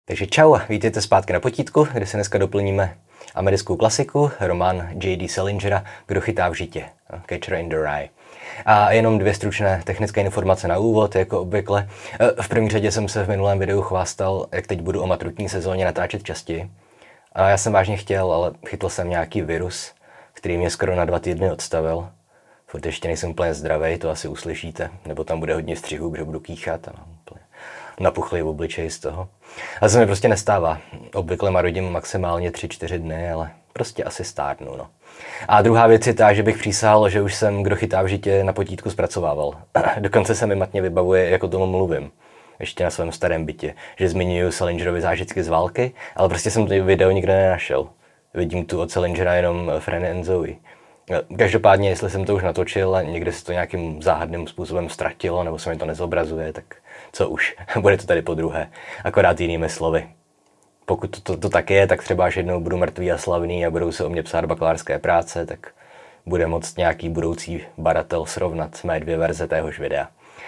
Takže čau, vítejte zpátky na potítku, kde se dneska doplníme americkou klasiku, román J.D. Salingera Kdo chytá v žitě, Catcher in the Rye. A jenom dvě stručné technické informace na úvod, jako obvykle. V první řadě jsem se v minulém videu chvástal, jak teď budu o maturitní sezóně natáčet častěji. A já jsem vážně chtěl, ale chytl jsem nějaký virus, který mě skoro na 2 týdny odstavil. Furt ještě nejsem úplně zdravej, to asi uslyšíte, nebo tam bude hodně střihů, protože budu kýchat a úplně napuchlý v obličeji z toho. A to se mi prostě nestává. Obvykle marodím maximálně 3-4 dny, ale prostě asi stárnu, no. A druhá věc je ta, že bych přísahal, že už jsem Kdo chytá v žitě na potítku zpracovával. Dokonce se mi matně vybavuje, jako tomu mluvím. Ještě na svém starém bytě, že zmiňuji Salingerovi zážitky z války, ale prostě jsem to video nikde nenašel. Vidím tu od Salingera jenom Fran and Zoe. Každopádně, jestli jsem to už natočil a někde se to nějakým záhadným způsobem ztratilo, nebo se mi to nezobrazuje, tak co už, bude to tady podruhé, akorát jinými slovy. Pokud to tak je, tak třeba až jednou budu mrtvý a slavný a budou se o mě psát bakalářské práce, tak bude moct nějaký budoucí badatel srovnat mé 2 verze téhož videa.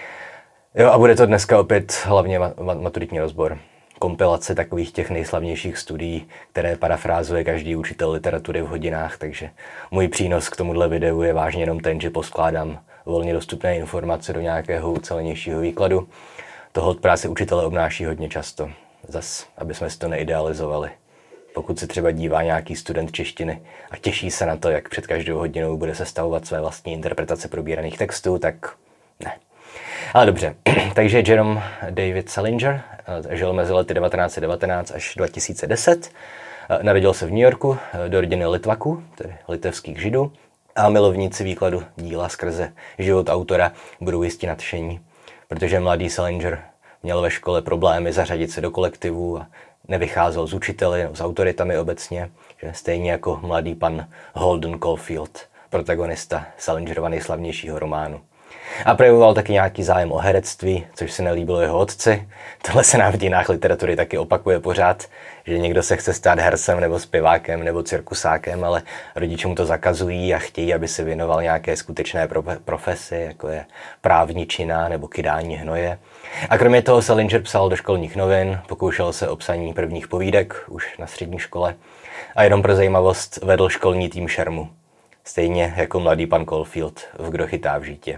Jo, a bude to dneska opět hlavně maturitní rozbor. Kompilace takových těch nejslavnějších studií, které parafrázuje každý učitel literatury v hodinách, takže můj přínos k tomuhle videu je vážně jenom ten, že poskládám volně dostupné informace do nějakého ucelenějšího výkladu. Toho od práce učitele obnáší hodně často. Zas, aby jsme si to neidealizovali. Pokud se třeba dívá nějaký student češtiny a těší se na to, jak před každou hodinou bude sestavovat své vlastní interpretace probíraných textů, tak ne. Ale dobře, takže Jerome David Salinger žil mezi lety 1919 až 2010. Narodil se v New Yorku do rodiny Litvaků, tedy litevských židů, a milovníci výkladu díla skrze život autora budou jistě nadšení, protože mladý Salinger měl ve škole problémy zařadit se do kolektivu a nevycházel z učiteli, s autoritami obecně, že stejně jako mladý pan Holden Caulfield, protagonista Salingerova nejslavnějšího románu. A projevoval taky nějaký zájem o herectví, což se nelíbilo jeho otci. Tohle se nám v dějinách literatury taky opakuje pořád, že někdo se chce stát hercem nebo zpěvákem nebo cirkusákem, ale rodiče mu to zakazují a chtějí, aby se věnoval nějaké skutečné profesi, jako je právničina nebo kydání hnoje. A kromě toho Salinger psal do školních novin, pokoušel se o psaní prvních povídek už na střední škole a jenom pro zajímavost vedl školní tým šermu. Stejně jako mladý pan Caulfield v Kdo chytá v žitě.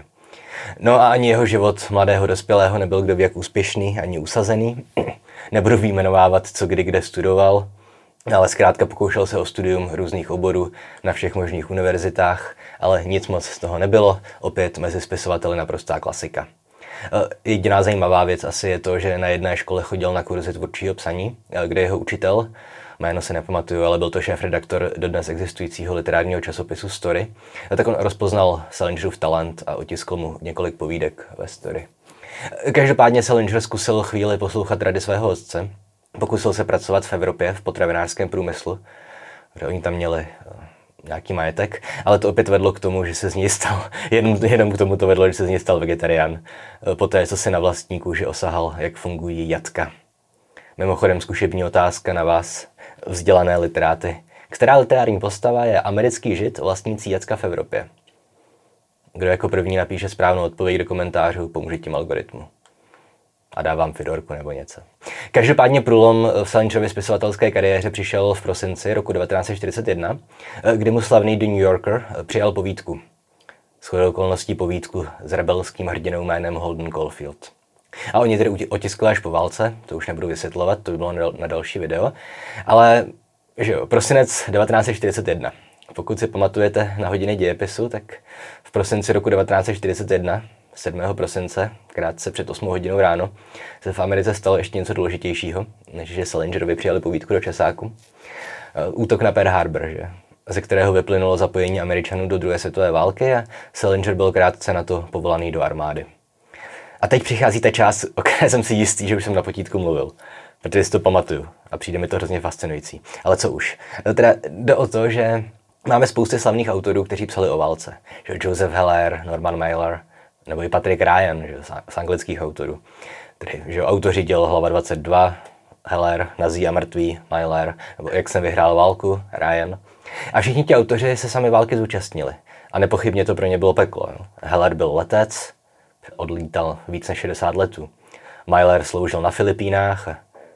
No a ani jeho život mladého dospělého nebyl kdo ví jak úspěšný, ani usazený. Nebudu vyjmenovávat, co kdy kde studoval, ale zkrátka pokoušel se o studium různých oborů na všech možných univerzitách, ale nic moc z toho nebylo, opět mezi spisovateli naprostá klasika. Jediná zajímavá věc asi je to, že na jedné škole chodil na kurzy tvůrčího psaní, kde jeho učitel, jméno se nepamatuju, ale byl to šéfredaktor dodnes existujícího literárního časopisu Story, tak on rozpoznal Salingerův talent a otiskl mu několik povídek ve Story. Každopádně Salinger zkusil chvíli poslouchat rady svého otce, pokusil se pracovat v Evropě v potravinářském průmyslu, protože oni tam měli nějaký majetek, ale to opět vedlo k tomu, že se z něj stal, jenom k tomu to vedlo, že se z něj stal vegetarián, poté co si na vlastní kůži osahal, jak fungují jatka. Mimochodem zkušební otázka na vás, vzdělané literáty. Která literární postava je americký žid vlastnící jacka v Evropě? Kdo jako první napíše správnou odpověď do komentářů, pomůže tím algoritmu. A dávám Fidorku nebo něco. Každopádně průlom v Salingerově spisovatelské kariéře přišel v prosinci roku 1941, kdy mu slavný The New Yorker přijal povídku. Shodou okolností povídku s rebelským hrdinou jménem Holden Caulfield. A oni tedy otiskli až po válce, to už nebudu vysvětlovat, to by bylo na další video, ale že jo, prosinec 1941. Pokud si pamatujete na hodiny dějepisu, tak v prosinci roku 1941, 7. prosince, krátce před 8 hodinou ráno, se v Americe stalo ještě něco důležitějšího, než že Salingerovi přijali povídku do časáku. Útok na Pearl Harbor, že? Ze kterého vyplynulo zapojení Američanů do druhé světové války a Salinger byl krátce na to povolaný do armády. A teď přichází ta část, o které jsem si jistý, že už jsem na potítku mluvil, protože si to pamatuju a přijde mi to hrozně fascinující. Ale co už? Teda jde o to, že máme spousty slavných autorů, kteří psali o válce. Že Joseph Heller, Norman Mailer, nebo i Patrick Ryan, že z anglických autorů. Tedy, že autoři děl Hlava 22, Heller, Nazí a mrtví, Mailer, nebo Jak jsem vyhrál válku, Ryan. A všichni ti autoři se sami války zúčastnili. A nepochybně to pro ně bylo peklo. Heller byl letec, odlítal víc než 60 letů. Mailer sloužil na Filipínách a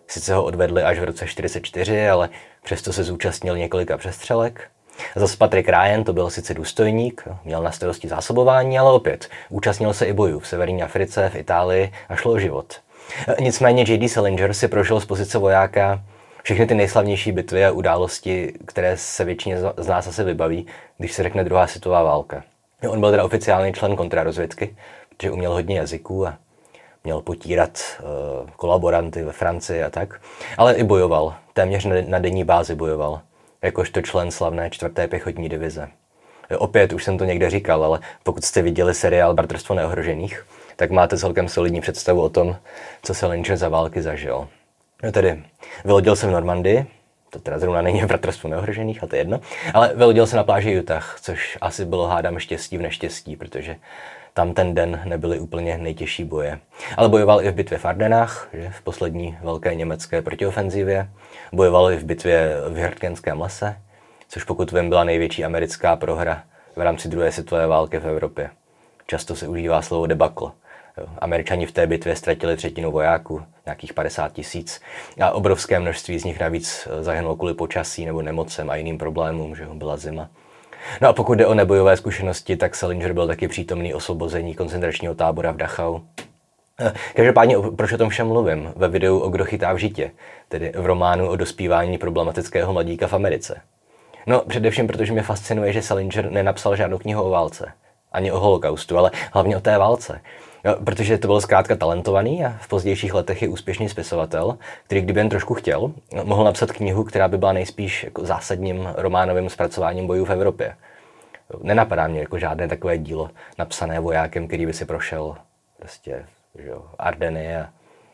Sice ho odvedli až v roce 1944, ale přesto se zúčastnil několika přestřelek. Zas Patrick Ryan, to byl sice důstojník, měl na starosti zásobování, ale opět účastnil se i bojů v severní Africe, v Itálii a šlo o život. Nicméně J.D. Salinger si prošel z pozice vojáka všechny ty nejslavnější bitvy a události, které se většině z nás asi vybaví, když se řekne druhá světová válka. On byl teda oficiální člen kontrarozvědky, protože uměl hodně jazyků a měl potírat kolaboranty ve Francii a tak, ale i bojoval, téměř na denní bázi bojoval, jakožto člen slavné 4. pěchotní divize. Opět, už jsem to někde říkal, ale pokud jste viděli seriál Bratrstvo neohrožených, tak máte celkem solidní představu o tom, co Salinger za války zažil. No tedy, vylodil se v Normandii, to teda zrovna není v Bratrstvu neohrožených, a to je jedno, ale vylodil se na pláži Utah, což asi bylo hádám štěstí v neštěstí, protože tam ten den nebyly úplně nejtěžší boje. Ale bojoval i v bitvě v Ardenách, že, v poslední velké německé protiofenzivě. Bojoval i v bitvě v Hrdkenském lese, což pokud vím byla největší americká prohra v rámci druhé světové války v Evropě. Často se užívá slovo debakl. Američani v té bitvě ztratili 1/3 vojáků, nějakých 50 000, a obrovské množství z nich navíc zahynulo kvůli počasí nebo nemocem a jiným problémům, že byla zima. No a pokud jde o nebojové zkušenosti, tak Salinger byl taky přítomný osvobození koncentračního tábora v Dachau. Každopádně, proč o tom všem mluvím? Ve videu o Kdo chytá v žitě, tedy v románu o dospívání problematického mladíka v Americe. No, především protože mě fascinuje, že Salinger nenapsal žádnou knihu o válce, ani o holokaustu, ale hlavně o té válce. No, protože to byl zkrátka talentovaný a v pozdějších letech je úspěšný spisovatel, který kdyby jen trošku chtěl, mohl napsat knihu, která by byla nejspíš jako zásadním románovým zpracováním bojů v Evropě. Nenapadá mě jako žádné takové dílo napsané vojákem, který by si prošel prostě, že jo, Ardeny a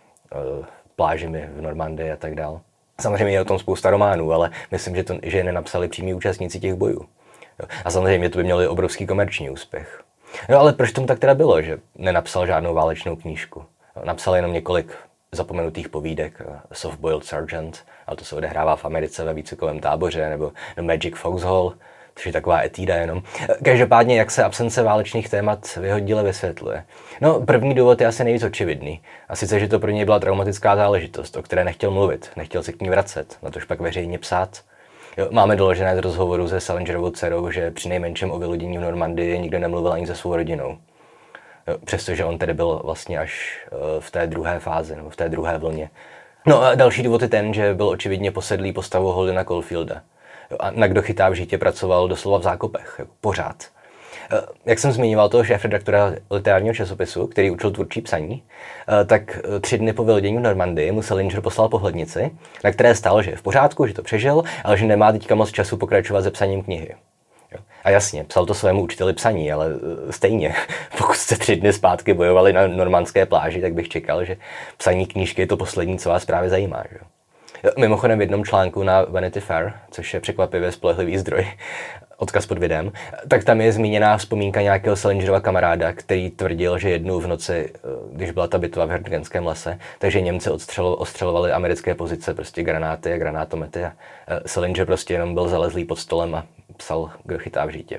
plážemi v Normandii a tak dál. Samozřejmě je o tom spousta románů, ale myslím, že je nenapsali přímí účastníci těch bojů. A samozřejmě to by mělo obrovský komerční úspěch. No ale proč tomu tak teda bylo, že nenapsal žádnou válečnou knížku? Napsal jenom několik zapomenutých povídek, Soft-Boiled Sergeant, ale to se odehrává v Americe ve výcvikovém táboře, nebo The Magic Foxhole, což je taková etída jenom. Každopádně, jak se absence válečných témat v jeho díle vysvětluje? No, první důvod je asi nejvíc očividný. A sice, že to pro něj byla traumatická záležitost, o které nechtěl mluvit, nechtěl se k ní vracet, natož pak veřejně psát. Jo, máme doložené z rozhovoru se Salingerovou dcerou, že při nejmenším o vylodění v Normandii nikdo nemluvil ani se svou rodinou. Jo, přestože on tedy byl vlastně až v té druhé fázi, nebo v té druhé vlně. No a další důvod je ten, že byl očividně posedlý postavou Holdena Caulfielda. Jo, a na Kdo chytá v žitě pracoval doslova v zákopech, jako pořád. Jak jsem zmiňoval toho šéfredaktora literárního časopisu, který učil tvůrčí psaní, tak 3 dny po vylodění v Normandii mu Salinger poslal pohlednici, na které stál, že je v pořádku, že to přežil, ale že nemá teďka moc času pokračovat se psaním knihy. A jasně, psal to svému učiteli psaní, ale stejně, pokud jste 3 dny zpátky bojovali na normandské pláži, tak bych čekal, že psaní knížky je to poslední, co vás právě zajímá. Že? Mimochodem v jednom článku na Vanity Fair, což je překvapivě spolehlivý zdroj, odkaz pod videem, tak tam je zmíněná vzpomínka nějakého Salingerova kamaráda, který tvrdil, že jednou v noci, když byla ta bitva v Hrdkenském lese, takže Němci ostřelovali americké pozice, prostě granáty a granátomety a Salinger prostě jenom byl zalezlý pod stolem a psal Kdo chytá v žitě.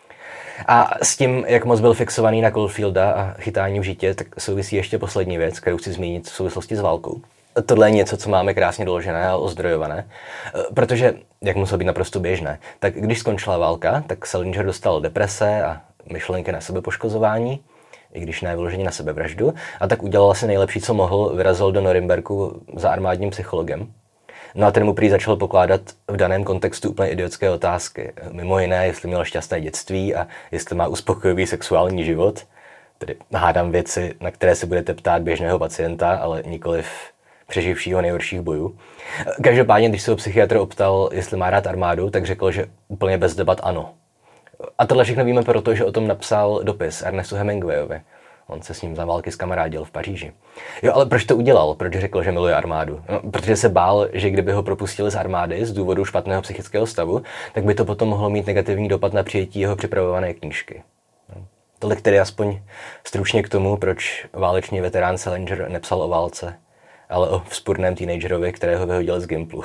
A s tím, jak moc byl fixovaný na Caulfielda a chytání v žitě, tak souvisí ještě poslední věc, kterou chci zmínit v souvislosti s válkou. Tohle je něco, co máme krásně doložené a ozdrojované, protože, jak muselo být naprosto běžné, tak když skončila válka, tak Salinger dostal deprese a myšlenky na sebepoškozování, i když ne vyloženě na sebevraždu, a tak udělal asi nejlepší, co mohl, vyrazil do Norimberku za armádním psychologem. No a ten mu prý začal pokládat v daném kontextu úplně idiotské otázky. Mimo jiné, jestli měl šťastné dětství a jestli má uspokojivý sexuální život. Tedy hádám věci, na které se budete ptát běžného pacienta, ale nikoliv přeživšího nejhorších bojů. Každopádně, když se ho psychiatr optal, jestli má rád armádu, tak řekl, že úplně bez debat ano. A tohle všechno víme proto, že o tom napsal dopis Ernestu Hemingwayovi. On se s ním za války skamarádil v Paříži. Jo, ale proč to udělal? Proč řekl, že miluje armádu? No, protože se bál, že kdyby ho propustili z armády z důvodu špatného psychického stavu, tak by to potom mohlo mít negativní dopad na přijetí jeho připravované knížky. Tolik tedy aspoň stručně k tomu, proč válečný veterán Salinger nepsal o válce, ale o vzpurném teenagerovi, kterého vyhodil z Gimplu.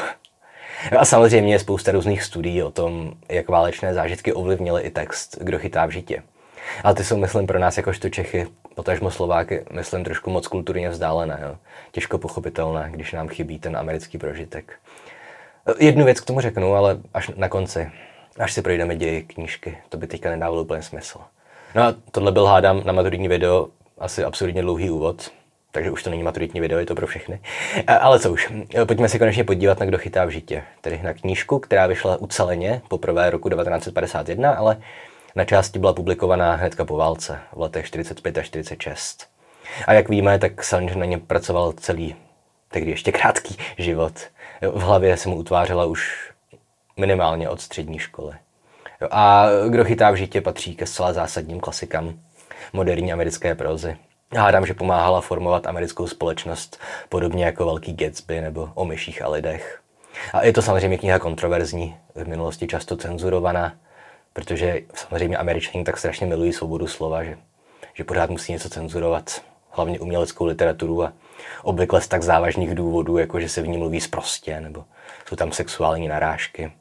A samozřejmě je spousta různých studií o tom, jak válečné zážitky ovlivnily i text Kdo chytá v žitě. Ale ty jsou, myslím, pro nás jakožto Čechy potažmo Slováky, myslím, trošku moc kulturně vzdálené. Jo. Těžko pochopitelné, když nám chybí ten americký prožitek. Jednu věc k tomu řeknu, ale až na konci, až si projdeme ději knížky. To by teďka nedávalo úplně smysl. No a tohle byl, hádám, na maturitní video asi absurdně dlouhý úvod, takže už to není maturitní video, je to pro všechny. Ale co už, pojďme se konečně podívat na Kdo chytá v žitě, tedy na knížku, která vyšla uceleně poprvé roku 1951, ale na části byla publikovaná hnedka po válce, v letech 45 a 46. A jak víme, tak Salinger na ně pracoval celý, tehdy ještě krátký život. V hlavě se mu utvářela už minimálně od střední školy. A Kdo chytá v žitě patří ke zcela zásadním klasikám moderní americké prózy. Hádám, že pomáhala formovat americkou společnost podobně jako Velký Gatsby nebo O myších a lidech. A je to samozřejmě kniha kontroverzní, v minulosti často cenzurovaná, protože samozřejmě Američané tak strašně milují svobodu slova, že pořád musí něco cenzurovat, hlavně uměleckou literaturu a obvykle z tak závažných důvodů, jako že se v ní mluví sprostě nebo jsou tam sexuální narážky.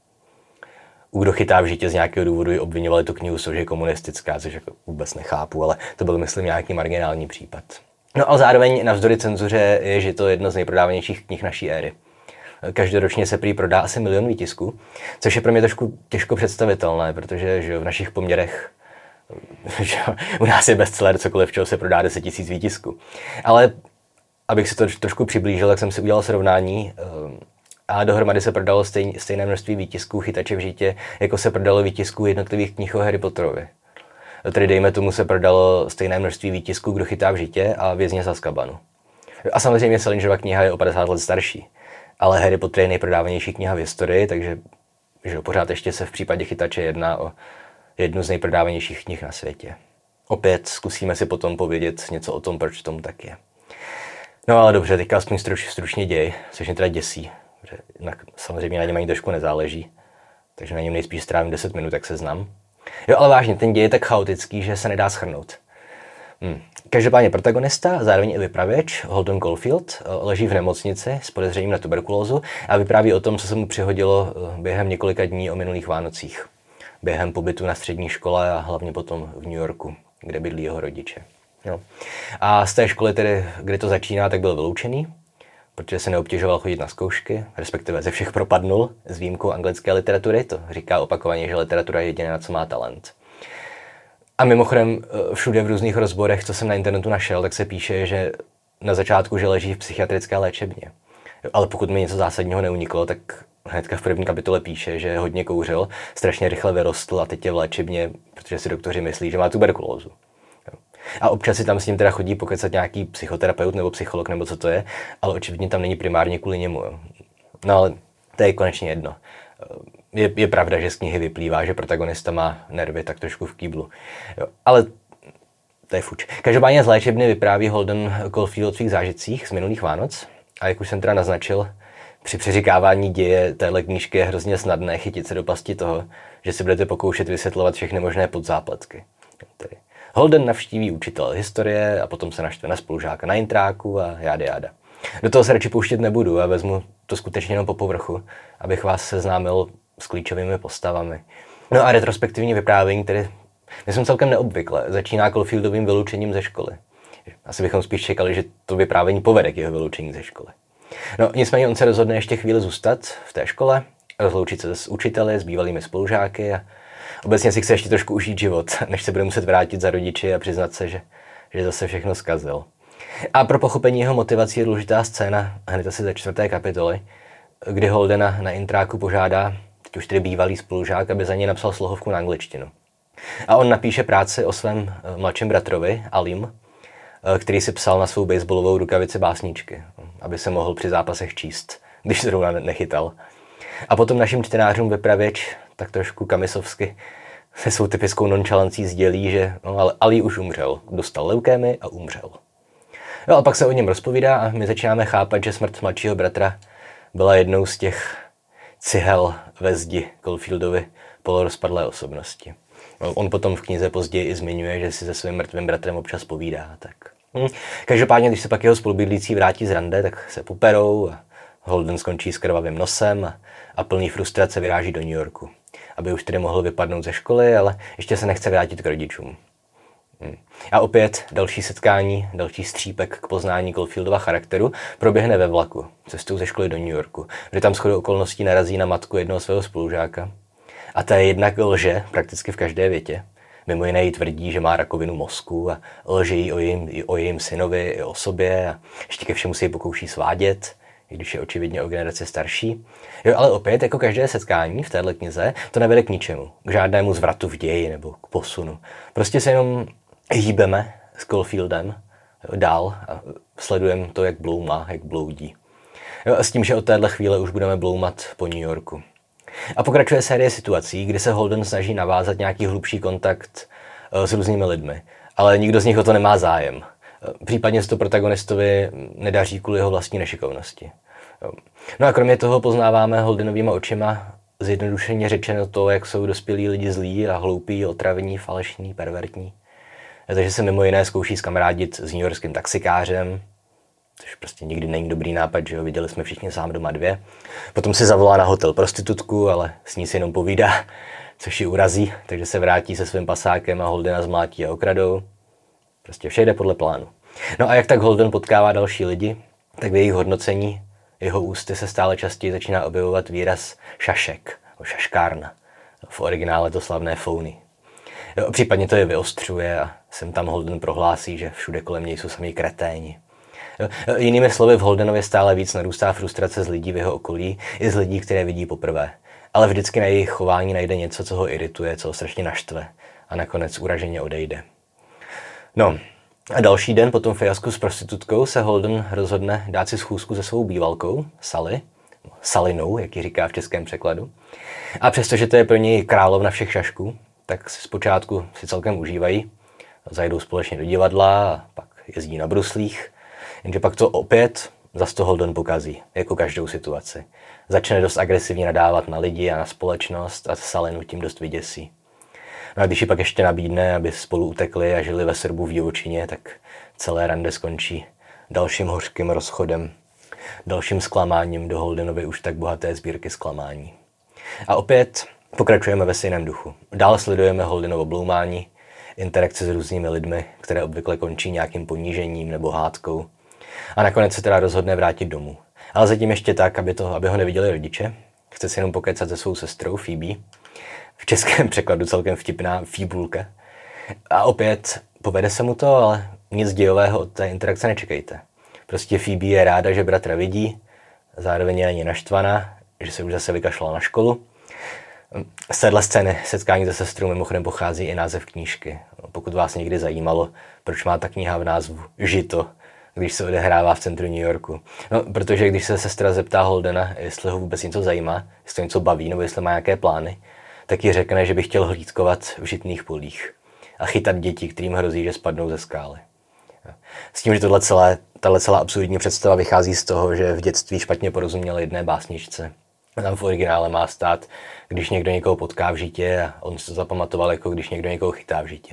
U Kdo chytá v žitě z nějakého důvodu ji obviňovali tu knihu, což je komunistická, což jako vůbec nechápu, ale to byl, myslím, nějaký marginální případ. No ale zároveň navzdory cenzuře je, že to je jedno z nejprodávanějších knih naší éry. Každoročně se prý prodá asi 1 000 000 výtisků, což je pro mě trošku těžko představitelné, protože že v našich poměrech že u nás je bestseller cokoliv, čeho se prodá 10 000 výtisků. Ale abych si to trošku přiblížil, tak jsem si udělal srovnání a dohromady se prodalo stejné množství výtisků Chytače v žitě, jako se prodalo výtisků jednotlivých knih o Harry Potterovi. Tedy dejme tomu se prodalo stejné množství výtisků Kdo chytá v žitě a Vězně z Azkabanu. A samozřejmě Salingerova kniha je o 50 let starší, ale Harry Potter je nejprodávanější kniha v historii, takže že pořád ještě se v případě Chytače jedná o jednu z nejprodávanějších knih na světě. Opět zkusíme si potom povědět něco o tom, proč tomu tak je. No ale dobře, teďka aspoň stručně děj, což mě teda děsí. Samozřejmě na něm ani trošku nezáleží, takže na něm nejspíš strávím 10 minut, jak se znám. Jo, ale vážně, ten děj je tak chaotický, že se nedá shrnout. Každopádně protagonista a zároveň i vypravěč, Holden Caulfield, leží v nemocnici s podezřením na tuberkulózu a vypráví o tom, co se mu přihodilo během několika dní o minulých Vánocích. Během pobytu na střední škole a hlavně potom v New Yorku, kde bydlí jeho rodiče. No. A z té školy, tedy, kde to začíná, tak byl vyloučený, protože se neobtěžoval chodit na zkoušky, respektive ze všech propadnul, s výjimkou anglické literatury. To říká opakovaně, že literatura je jediné, na co má talent. A mimochodem všude v různých rozborech, co jsem na internetu našel, tak se píše, že na začátku, že leží v psychiatrické léčebně. Ale pokud mi něco zásadního neuniklo, tak hnedka v první kapitole píše, že hodně kouřil, strašně rychle vyrostl a teď je v léčebně, protože si doktoři myslí, že má tuberkulózu. A občas si tam s ním teda chodí pokecat nějaký psychoterapeut nebo psycholog nebo co to je, ale očividně tam není primárně kvůli němu. Jo. No ale to je konečně jedno. Je pravda, že z knihy vyplývá, že protagonista má nervy tak trošku v kýblu. Jo. Ale to je fuč. Každopádně z léčebny vypráví Holden Caulfield o svých zážitcích z minulých Vánoc. A jak už jsem teda naznačil, při přeříkávání děje téhle knížky je hrozně snadné chytit se do pasti toho, že si budete pokoušet vysvětlovat všechny možné podzápletky. Tedy Holden navštíví učitele historie a potom se naštve na spolužáka na intráku a jáda. Do toho se radši pouštět nebudu a vezmu to skutečně jenom po povrchu, abych vás seznámil s klíčovými postavami. No a retrospektivní vyprávění, tedy myslím celkem neobvykle, začíná Caulfieldovým vyloučením ze školy. Asi bychom spíš čekali, že to vyprávění povede k jeho vyloučení ze školy. No nicméně on se rozhodne ještě chvíli zůstat v té škole, rozloučit se s učiteli, s bývalými spolužáky a obecně si chce ještě trošku užít život, než se bude muset vrátit za rodiči a přiznat se, že zase všechno zkazil. A pro pochopení jeho motivací je důležitá scéna hned asi ze 4. kapitoly, kdy Holdena na intráku požádá, teď už tedy bývalý spolužák, aby za něj napsal slohovku na angličtinu. A on napíše práci o svém mladším bratrovi, Alim, který si psal na svou baseballovou rukavici básničky, aby se mohl při zápasech číst, když zrovna nechytal. A potom našim čtenářům vypravěč tak trošku kamisovsky se svou typickou nonchalancí sdělí, že ale Ali už umřel, dostal leukémii a umřel. No a pak se o něm rozpovídá a my začínáme chápat, že smrt mladšího bratra byla jednou z těch cihel ve zdi Caulfieldovy polorozpadlé osobnosti. No, on potom v knize později i zmiňuje, že si se svým mrtvým bratrem občas povídá. Tak. Každopádně, když se pak jeho spolubydlící vrátí z rande, tak se poperou a Holden skončí s krvavým nosem a plný frustrace vyráží do New Yorku, aby už tedy mohl vypadnout ze školy, ale ještě se nechce vrátit k rodičům. A opět další setkání, další střípek k poznání Caulfieldova charakteru proběhne ve vlaku, cestou ze školy do New Yorku, kde tam shodou okolností narazí na matku jednoho svého spolužáka. A ta je jednak lže prakticky v každé větě. Mimo jiné jí tvrdí, že má rakovinu mozku a lže jí o jejím synovi i o sobě a ještě ke všemu si ji pokouší svádět, i když je očividně o generaci starší. Jo, ale opět, jako každé setkání v téhle knize, to nevede k ničemu, k žádnému zvratu v ději nebo k posunu. Prostě se jenom hýbeme s Caulfieldem dál a sledujeme to, jak bloumá, jak bloudí. Jo, a s tím, že od téhle chvíle už budeme bloumat po New Yorku. A pokračuje série situací, kdy se Holden snaží navázat nějaký hlubší kontakt s různými lidmi, ale nikdo z nich o to nemá zájem. Případně se to protagonistovi nedaří kvůli jeho vlastní nešikovnosti. No a kromě toho poznáváme Holdenovýma očima zjednodušeně řečeno to, jak jsou dospělí lidi zlí a hloupí, otravení, falešní, pervertní. Takže se mimo jiné zkouší skamarádit s newyorským taxikářem, což prostě nikdy není dobrý nápad, že jo, viděli jsme všichni Sám doma 2. Potom si zavolá na hotel prostitutku, ale s ní si jenom povídá, což ji urazí, takže se vrátí se svým pasákem a Holdena zmlátí a okradou. Prostě vše jde podle plánu. No a jak tak Holden potkává další lidi, tak v jejich hodnocení jeho ústy se stále častěji začíná objevovat výraz šašek, šaškárna. V originále to slavné phony. Případně to je vyostřuje a sem tam Holden prohlásí, že všude kolem něj jsou samí kreténi. Jinými slovy, v Holdenově stále víc narůstá frustrace z lidí v jeho okolí i z lidí, které vidí poprvé. Ale vždycky na jejich chování najde něco, co ho irituje, co ho strašně naštve a nakonec uraženě odejde. No a další den po tom fiasku s prostitutkou se Holden rozhodne dát si schůzku se svou bývalkou, Sally, Salinou, jak ji říká v českém překladu. A přestože to je pro něj královna všech šašků, tak si zpočátku si celkem užívají. Zajdou společně do divadla a pak jezdí na bruslích. Jenže pak to opět zas to Holden pokazí, jako každou situaci. Začne dost agresivně nadávat na lidi a na společnost a Salinu tím dost vyděsí. No a když ji pak ještě nabídne, aby spolu utekli a žili ve Srbu v divočině, tak celé rande skončí dalším hořkým rozchodem, dalším zklamáním do Holdenovy už tak bohaté sbírky zklamání. A opět pokračujeme ve stejném duchu. Dál sledujeme Holdenovo bloumání, interakce s různými lidmi, které obvykle končí nějakým ponížením nebo hádkou. A nakonec se teda rozhodne vrátit domů. Ale zatím ještě tak, aby ho neviděli rodiče. Chce si jenom pokecat se svou sestrou Phoebe. V českém překladu celkem vtipná Fíbulka. A opět povede se mu to, ale nic dějového od té interakce nečekejte. Prostě Phoebe je ráda, že bratra vidí, zároveň je na ně naštvaná, že se už zase vykašlala na školu. Z téhle scény setkání se sestrou mimochodem pochází i název knížky. Pokud vás někdy zajímalo, proč má ta kniha v názvu Žito, když se odehrává v centru New Yorku. No, protože když se sestra zeptá Holdena, jestli ho vůbec něco zajímá, jestli ho něco baví nebo jestli má nějaké plány, tak ji řekne, že by chtěl hlídkovat v žitných polích a chytat děti, kterým hrozí, že spadnou ze skály. S tím, že tahle celá absurdní představa vychází z toho, že v dětství špatně porozuměl jedné básničce. Tam v originále má stát, když někdo někoho potká v žitě a on se to zapamatoval jako když někdo někoho chytá v žitě.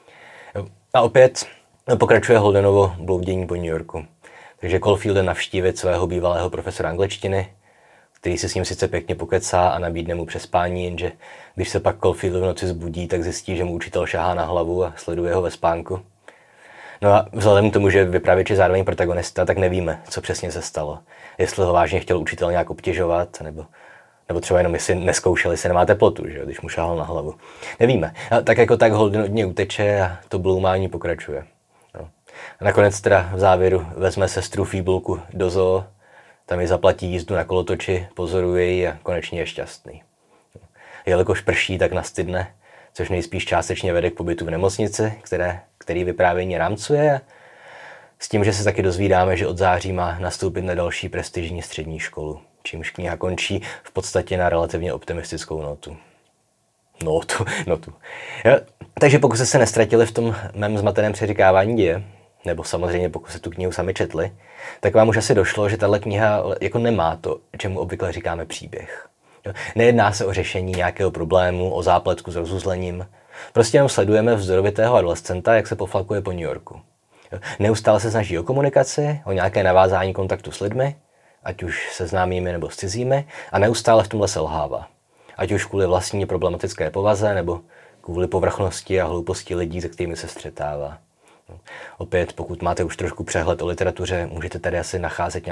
A opět pokračuje Holdenovo bloudění po New Yorku. Takže Caulfield jde navštívit svého bývalého profesora angličtiny, který si s ním sice pěkně pokecá a nabídne mu přespání, jenže když se pak Caulfield v noci zbudí, tak zjistí, že mu učitel šahá na hlavu a sleduje ho ve spánku. No a vzhledem k tomu, že vypravěč je zároveň protagonista, tak nevíme, co přesně se stalo. Jestli ho vážně chtěl učitel nějak obtěžovat, nebo třeba jenom jestli nezkoušeli, jestli nemá teplotu, že? Když mu šáhal na hlavu. Nevíme. A tak jako tak Holden od něj uteče a to bloumání pokračuje. No. A nakonec teda v závěru vezme sestru Fíbulku do zoo, tam ji zaplatí jízdu na kolotoči, pozoruje ji a konečně je šťastný. Jelikož prší, tak nastydne, což nejspíš částečně vede k pobytu v nemocnici, který vyprávění rámcuje, s tím, že se taky dozvídáme, že od září má nastoupit na další prestižní střední školu, čímž kniha končí v podstatě na relativně optimistickou notu. Takže pokud jste se nestratili v tom mém zmateném přeříkávání děje, nebo samozřejmě pokud se tu knihu sami četli, tak vám už asi došlo, že tahle kniha jako nemá to, čemu obvykle říkáme příběh. Nejedná se o řešení nějakého problému, o zápletku s rozuzlením. Prostě jenom sledujeme vzorovitého adolescenta, jak se poflakuje po New Yorku. Neustále se snaží o komunikaci, o nějaké navázání kontaktu s lidmi, ať už se známými nebo s cizími, a neustále v tomhle selhává. Ať už kvůli vlastní problematické povaze, nebo kvůli povrchnosti a hlouposti lidí, se kterými se střetává. Opět, pokud máte už trošku přehled o literatuře, můžete tady asi nacházet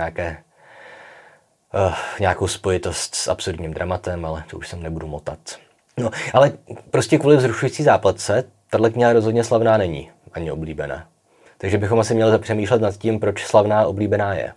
nějakou spojitost s absurdním dramatem, ale to už sem nebudu motat. No, ale prostě kvůli vzrušující zápletce tato kniha rozhodně slavná není, ani oblíbená. Takže bychom asi měli zapřemýšlet nad tím, proč slavná a oblíbená je.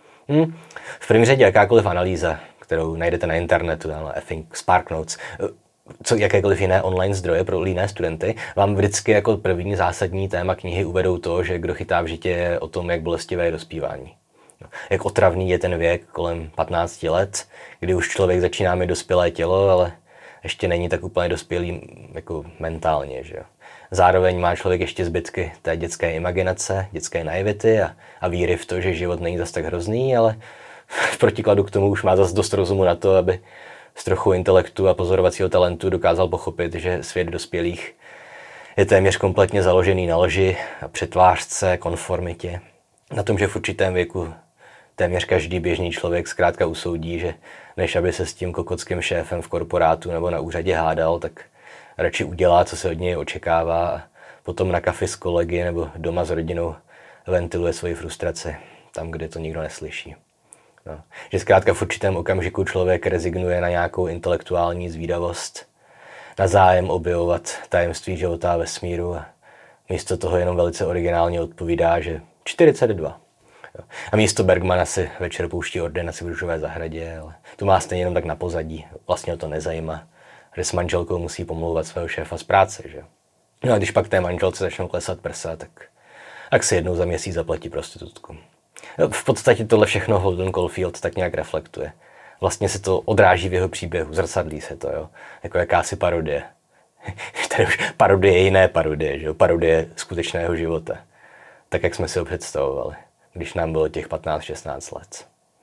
V první řadě jakákoliv analýza, kterou najdete na internetu, na effing SparkNotes, jakékoliv jiné online zdroje pro jiné studenty, vám vždycky jako první zásadní téma knihy uvedou to, že Kdo chytá v žitě je o tom, jak bolestivé je dospívání. Jak otravný je ten věk kolem 15 let, kdy už člověk začíná mít dospělé tělo, ale ještě není tak úplně dospělý jako mentálně. Že jo? Zároveň má člověk ještě zbytky té dětské imaginace, dětské naivity a víry v to, že život není zas tak hrozný, ale v protikladu k tomu už má zas dost rozumu na to, aby s trochou intelektu a pozorovacího talentu dokázal pochopit, že svět dospělých je téměř kompletně založený na lži a přetvářce, konformitě. Na tom, že v určitém věku téměř každý běžný člověk zkrátka usoudí, že než aby se s tím kokotským šéfem v korporátu nebo na úřadě hádal, tak radši udělá, co se od něj očekává a potom na kafi s kolegy nebo doma s rodinou ventiluje svoji frustraci tam, kde to nikdo neslyší. No. Že zkrátka v určitém okamžiku člověk rezignuje na nějakou intelektuální zvídavost, na zájem objevovat tajemství života a vesmíru a místo toho jenom velice originálně odpovídá, že 42. A místo Bergmana si večer pouští ordinaci v růžové zahradě, ale to má stejně jenom tak na pozadí. Vlastně ho to nezajímá, že s manželkou musí pomlouvat svého šéfa z práce, že? No a když pak té manželce začnou klesat prsa, tak si jednou za měsíc zaplatí prostitutku. V podstatě tohle všechno Holden Caulfield tak nějak reflektuje. Vlastně se to odráží v jeho příběhu, zrcadlí se to, jo? Jako jakási parodie. Tady už parodie je jiné parodie, že jo? Parodie skutečného života. Tak, jak jsme si ho představovali, když nám bylo těch 15-16 let.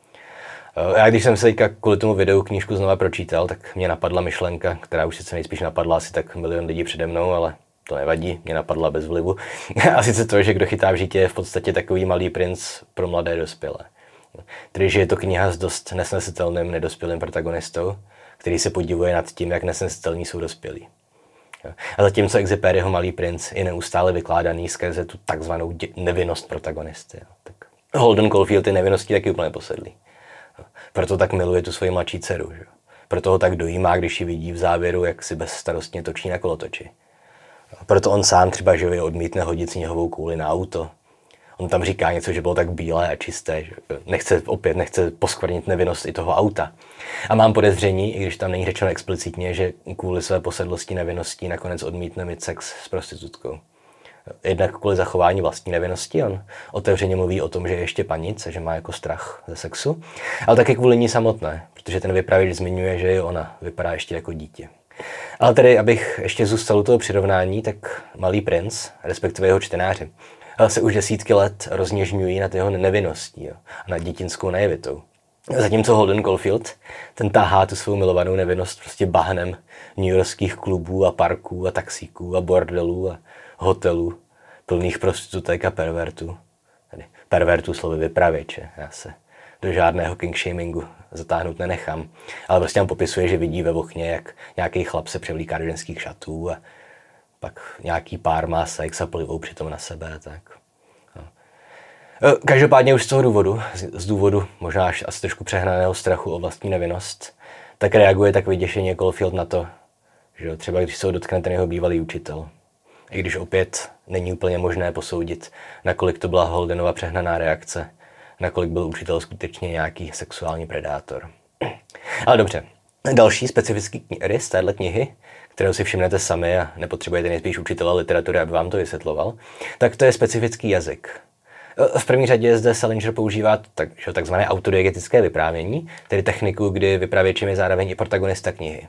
Já když jsem se teďka kvůli tomu videu knížku znova pročítal, tak mě napadla myšlenka, která už sice nejspíš napadla asi tak milion lidí přede mnou, ale to nevadí, mě napadla bez vlivu. A sice to, že Kdo chytá v žitě je v podstatě takový Malý princ pro mladé dospělé. Tedy, že je to kniha s dost nesnesitelným nedospělým protagonistou, který se podivuje nad tím, jak nesnesitelní jsou dospělí. A zatímco Exupéryho Malý princ je neustále vykládaný skrze tu takzvanou nevinnost protagonisty. Tak Holden Caulfield je nevinností taky úplně posedlý. Proto tak miluje tu svoji mladší dceru. Že? Proto ho tak dojímá, když ji vidí v závěru, jak si bezstarostně točí na kolotoči. Proto on sám třeba živě odmítne hodit sněhovou kouli na auto. On tam říká něco, že bylo tak bílé a čisté, že nechce poskvrnit nevinnost i toho auta. A mám podezření, i když tam není řečeno explicitně, že kvůli své posedlosti nevinností nakonec odmítne mít sex s prostitutkou. Jednak kvůli zachování vlastní nevinnosti, on otevřeně mluví o tom, že je ještě panic, že má jako strach ze sexu, ale taky kvůli ní samotné, protože ten vypravěč zmiňuje, že i ona vypadá ještě jako dítě. Ale tedy, abych ještě zůstal u toho přirovnání, tak Malý princ, respektive jeho čtenáři, se už desítky let rozněžňují nad jeho nevinností a nad dětinskou naivitou. Zatímco Holden Caulfield, ten táhá tu svou milovanou nevinnost prostě bahnem newyorských klubů a parků a taxíků a bordelů a hotelů plných prostitutek a pervertů. Tedy pervertů slovy vypravěče. Já se do žádného kingshamingu zatáhnout nenechám. Ale prostě tam popisuje, že vidí ve okně, jak nějaký chlap se převlíká do ženských šatů a pak nějaký pár má sex a plivou přitom na sebe. Tak. No. Každopádně už z toho důvodu, z důvodu možná až asi trošku přehnaného strachu o vlastní nevinnost, tak reaguje tak vyděšeně Caulfield na to, že třeba když se ho dotkne ten jeho bývalý učitel. I když opět není úplně možné posoudit, nakolik to byla Holdenova přehnaná reakce, nakolik byl učitel skutečně nějaký sexuální predátor. Ale dobře, další specifický rys téhle knihy, kterou si všimnete sami a nepotřebujete nejspíš učitele literatury, aby vám to vysvětloval, tak to je specifický jazyk. V první řadě zde Salinger používá takzvané autodiegetické vyprávění, tedy techniku, kdy vypravěčem je zároveň i protagonista knihy.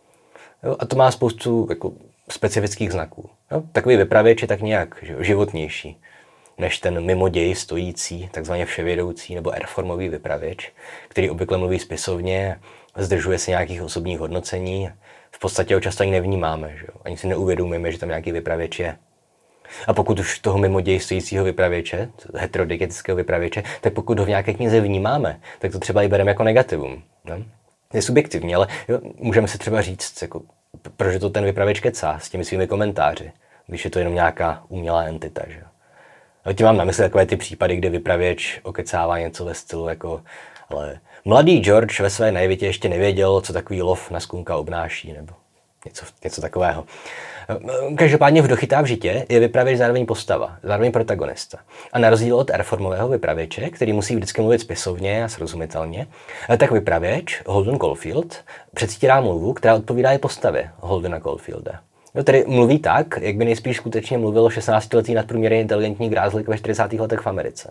A to má spoustu specifických znaků. Takový vypravěč je tak nějak životnější než ten mimoděj stojící, takzvaně vševědoucí nebo erformový vypravěč, který obvykle mluví spisovně, zdržuje se nějakých osobních hodnocení. V podstatě ho často ani nevnímáme, že? Ani si neuvědomujeme, že tam nějaký vypravěč je. A pokud už toho mimoděj stojícího vypravěče, heterodigetického vypravěče, tak pokud ho v nějaké knize vnímáme, tak to třeba i bereme jako negativum. Ne? Je subjektivní, ale jo, můžeme si třeba říct, jako, Protože to ten vypravěč kecá s těmi svými komentáři, když je to jenom nějaká umělá entita, že jo. No, tím mám na mysli takové ty případy, kde vypravěč okecává něco ve stylu jako, ale mladý George ve své naivitě ještě nevěděl, co takový lov na skunka obnáší, nebo něco takového. Každopádně v Dochytá v žitě je vypravěč zároveň postava, zároveň protagonista. A na rozdíl od airformového vypravěče, který musí vždycky mluvit spisovně a srozumitelně, tak vypravěč, Holden Caulfield, předstírá mluvu, která odpovídá i postavě Holdena Caulfielda. No, tedy mluví tak, jak by nejspíš skutečně mluvil 16letý nadprůměrně inteligentní grázlik ve 40. letech v Americe.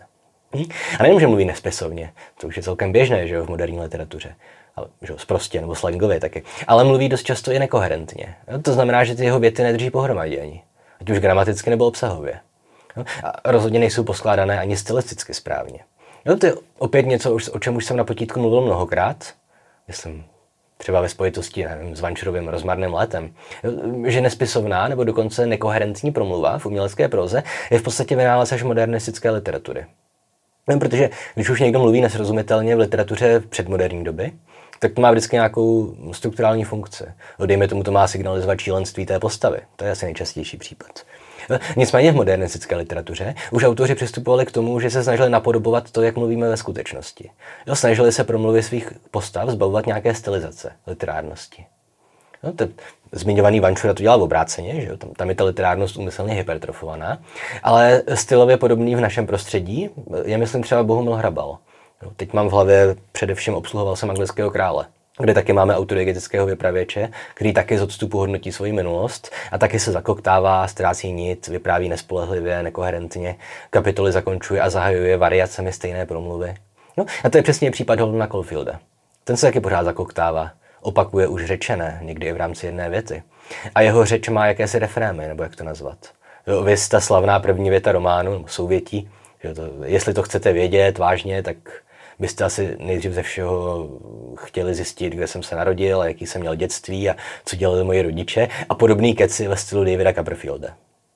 A nejenom, že mluví nespisovně, to už je celkem běžné, že jo, v moderní literatuře, ale že jo, sprostě nebo slangově taky, ale mluví dost často i nekoherentně. No, to znamená, že ty jeho věty nedrží pohromadě ani, ať už gramaticky nebo obsahově. No, a rozhodně nejsou poskládané ani stylisticky správně. No, to je opět něco, o čem už jsem na potítku mluvil mnohokrát, myslím, třeba ve spojitosti s Vančurovým Rozmarným létem, že nespisovná nebo dokonce nekoherentní promluva v umělecké proze je v podstatě vynález až modernistické literatury. No, protože když už někdo mluví nesrozumitelně v literatuře předmoderní doby, tak to má vždycky nějakou strukturální funkci. Dejme tomu, to má signalizovat šílenství té postavy. To je asi nejčastější případ. Nicméně v modernistické literatuře už autoři přistupovali k tomu, že se snažili napodobovat to, jak mluvíme ve skutečnosti. Snažili se promluvy svých postav zbavovat nějaké stylizace, literárnosti. No, zmiňovaný Vančura to dělal obráceně, že jo? Tam je ta literárnost úmyslně hypertrofovaná, ale stylově podobný v našem prostředí je, myslím, třeba Bohumil Hrabal. No, teď mám v hlavě především Obsluhoval jsem anglického krále, kde taky máme autodiegetického vypravěče, který taky z odstupu hodnotí svoji minulost a taky se zakoktává, ztrácí nit, vypráví nespolehlivě, nekoherentně, kapitoly zakončuje a zahajuje variacemi stejné promluvy. No, a to je přesně případ Holdena Caulfielda. Ten se taky pořád zakoktává, opakuje už řečené, někdy i v rámci jedné věty. A jeho řeč má jakési refrémy, nebo jak to nazvat. Viz ta slavná první věta románu, nebo souvětí, že jestli to chcete vědět vážně, tak byste asi nejdřív ze všeho chtěli zjistit, kde jsem se narodil, a jaký jsem měl dětství a co dělali moji rodiče a podobný keci ve stylu Davida Copperfielda.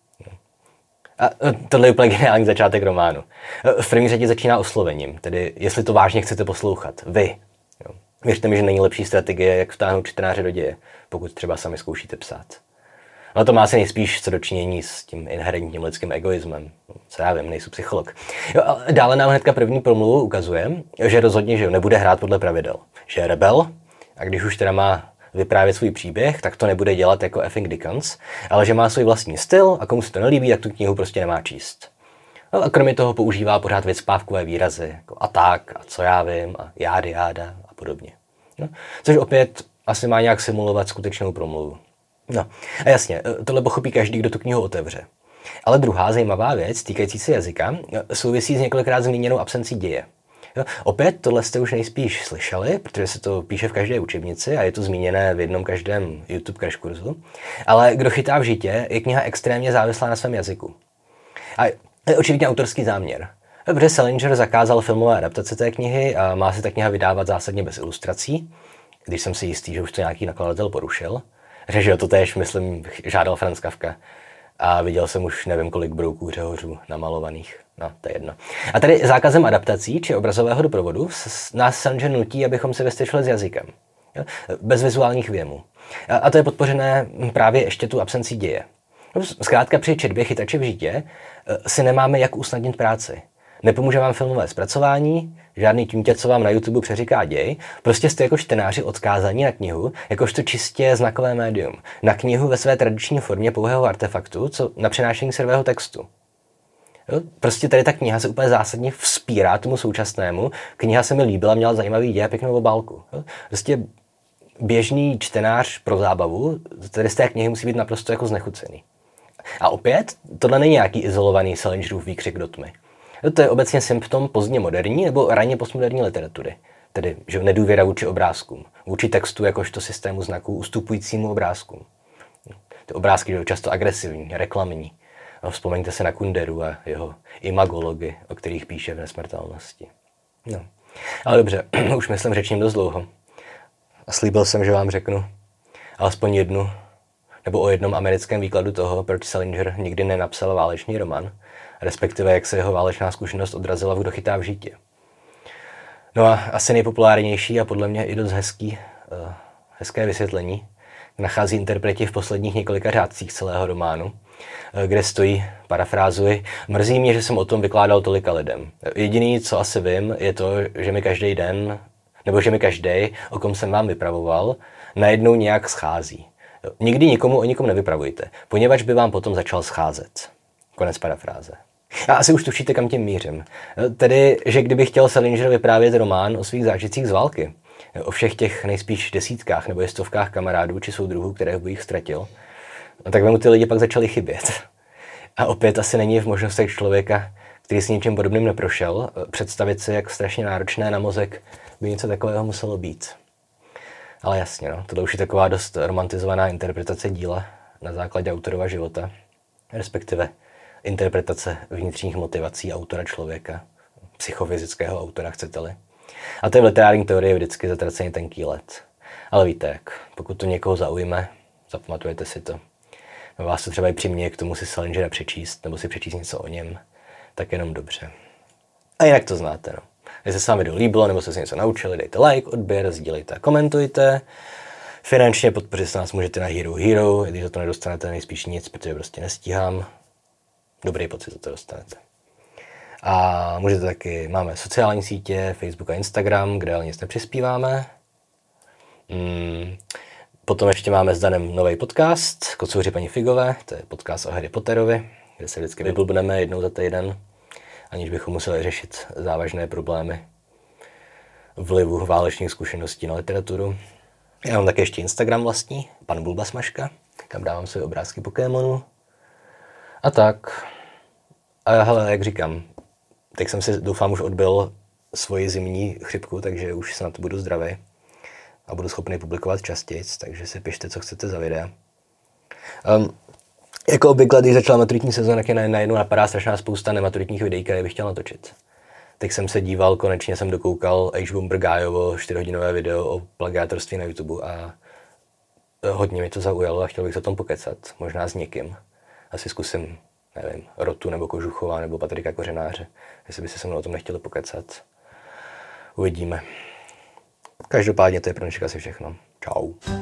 A tohle je úplně geniální začátek románu. V první řadě začíná oslovením, tedy jestli to vážně chcete poslouchat. Vy. Věřte mi, že není lepší strategie, jak vtáhnout čtenáře do děje, pokud třeba sami zkoušíte psát. No to má se nejspíš co dočinění s tím inherentním lidským egoismem. Co já vím, nejsem psycholog. Jo, a dále nám hnedka první promluvu ukazuje, že rozhodně že nebude hrát podle pravidel. Že je rebel a když už teda má vyprávět svůj příběh, tak to nebude dělat jako effing Dickens, ale že má svůj vlastní styl a komu se to nelíbí, tak tu knihu prostě nemá číst. No a kromě toho používá pořád vycpávkové výrazy, jako a tak, a co já vím, a jáda a podobně. No, což opět asi má nějak simulovat skutečnou promluvu. No a jasně, tohle pochopí každý, kdo tu knihu otevře. Ale druhá zajímavá věc, týkající se jazyka, souvisí s několikrát zmíněnou absencí děje. Jo, opět tohle jste už nejspíš slyšeli, protože se to píše v každé učebnici a je to zmíněné v jednom každém YouTube crash kurzu. Ale Kdo chytá v žitě je kniha extrémně závislá na svém jazyku. A je očividně autorský záměr. Protože Salinger zakázal filmové adaptace té knihy a má se ta kniha vydávat zásadně bez ilustrací, když jsem si jistý, že už to nějaký nakladatel porušil. Že to též, myslím, žádal Franz Kafka. A viděl jsem už nevím kolik brouků řehořů namalovaných. No, to je jedno. A tady zákazem adaptací či obrazového doprovodu nás Salinger nutí, abychom se vystyčili s jazykem. Bez vizuálních věmů. A to je podpořené právě ještě tu absencí děje. Zkrátka při četbě Chytače v žitě si nemáme jak usnadnit práci. Nepomůže vám filmové zpracování, žádný tňutě, co vám na YouTube přeříká děj, prostě jste jako čtenáři odkázaní na knihu, jakožto čistě znakové médium. Na knihu ve své tradiční formě pouhého artefaktu, co na přenášení servého textu. Jo? Prostě tady ta kniha se úplně zásadně vzpírá tomu současnému. Kniha se mi líbila, měla zajímavý děj a pěknou obálku. Jo? Prostě běžný čtenář pro zábavu, tady z té knihy musí být naprosto jako znechucený. A opět, tohle není nějaký izolovaný Salingerův výkřik do tmy. To je obecně symptom pozdně moderní nebo raně postmoderní literatury. Tedy, že nedůvěra vůči obrázkům, vůči textu jakožto systému znaků ustupujícímu obrázkům. Ty obrázky jsou často agresivní, reklamní. Vzpomeňte se na Kunderu a jeho imagology, o kterých píše v Nesmrtelnosti. No. Ale dobře, už myslím řečním dost dlouho. A slíbil jsem, že vám řeknu alespoň jednu, nebo o jednom americkém výkladu toho, proč Salinger nikdy nenapsal válečný román, respektive jak se jeho válečná zkušenost odrazila v Kdo chytá v žitě. No a asi nejpopulárnější a podle mě i dost hezké vysvětlení nachází interpreti v posledních několika řádcích celého románu, kde stojí, parafrázuji, mrzí mě, že jsem o tom vykládal tolika lidem. Jediný, co asi vím, je to, že mi každý den, nebo že mi každý, o kom jsem vám vypravoval, najednou nějak schází. Nikdy nikomu o nikom nevypravujte, poněvadž by vám potom začal scházet. Konec parafráze. A asi už tušíte, kam tím mířím. Tedy, že kdyby chtěl Salinger vyprávět román o svých zážitcích z války, o všech těch nejspíš desítkách nebo stovkách kamarádů či soudruhů, které v bojích ztratil, tak by mu ty lidi pak začali chybět. A opět asi není v možnostech člověka, který s něčím podobným neprošel, představit si, jak strašně náročné na mozek by něco takového muselo být. Ale jasně, no, tohle už je taková dost romantizovaná interpretace díla na základě autorova života, respektive interpretace vnitřních motivací autora člověka, psychofyzického autora, chcete-li. A to je v literární teorii vždycky zatraceně tenký led. Ale víte jak, pokud to někoho zaujme, zapamatujete si to. Vás to třeba i přiměje k tomu si Salingera přečíst, nebo si přečíst něco o něm, tak jenom dobře. A jinak to znáte, no. Jestli se vám video líbilo, nebo jste se něco naučili, dejte like, odběr, sdílejte a komentujte. Finančně podpořit nás můžete na Hero Hero, i když za to nedostanete nejspíš nic, protože prostě nestíhám. Dobrý pocit za to dostanete. A můžete taky, máme sociální sítě, Facebook a Instagram, kde ale nic nepřispíváme. Potom ještě máme s Danem nový podcast, Kocouři paní Figové, to je podcast o Harry Potterovi, kde se vždycky vyblbneme jednou za týden, aniž bychom museli řešit závažné problémy vlivu válečných zkušeností na literaturu. Já mám také ještě Instagram vlastní, pan Bulbasmaška, kam dávám své obrázky Pokémonů. A tak. A hele, jak říkám, tak jsem si doufám už odbyl svoji zimní chřipku, takže už se na to budu zdravý a budu schopný publikovat častěji, takže si pište, co chcete za videa. Jako obvykle, když začala maturitní sezóna, tak je najednou napadá strašná spousta nematuritních videí, které bych chtěl natočit. Tak jsem se díval, konečně jsem dokoukal H-Bomber Guyovo 4hodinové video o plagiátorství na YouTube a hodně mi to zaujalo a chtěl bych se o tom pokecat, možná s někým. Asi zkusím, nevím, Rotu nebo Kožuchova nebo Patrika Kořenáře, jestli by se mnou o tom nechtěli pokecat. Uvidíme. Každopádně to je pro dnešek asi všechno. Čau.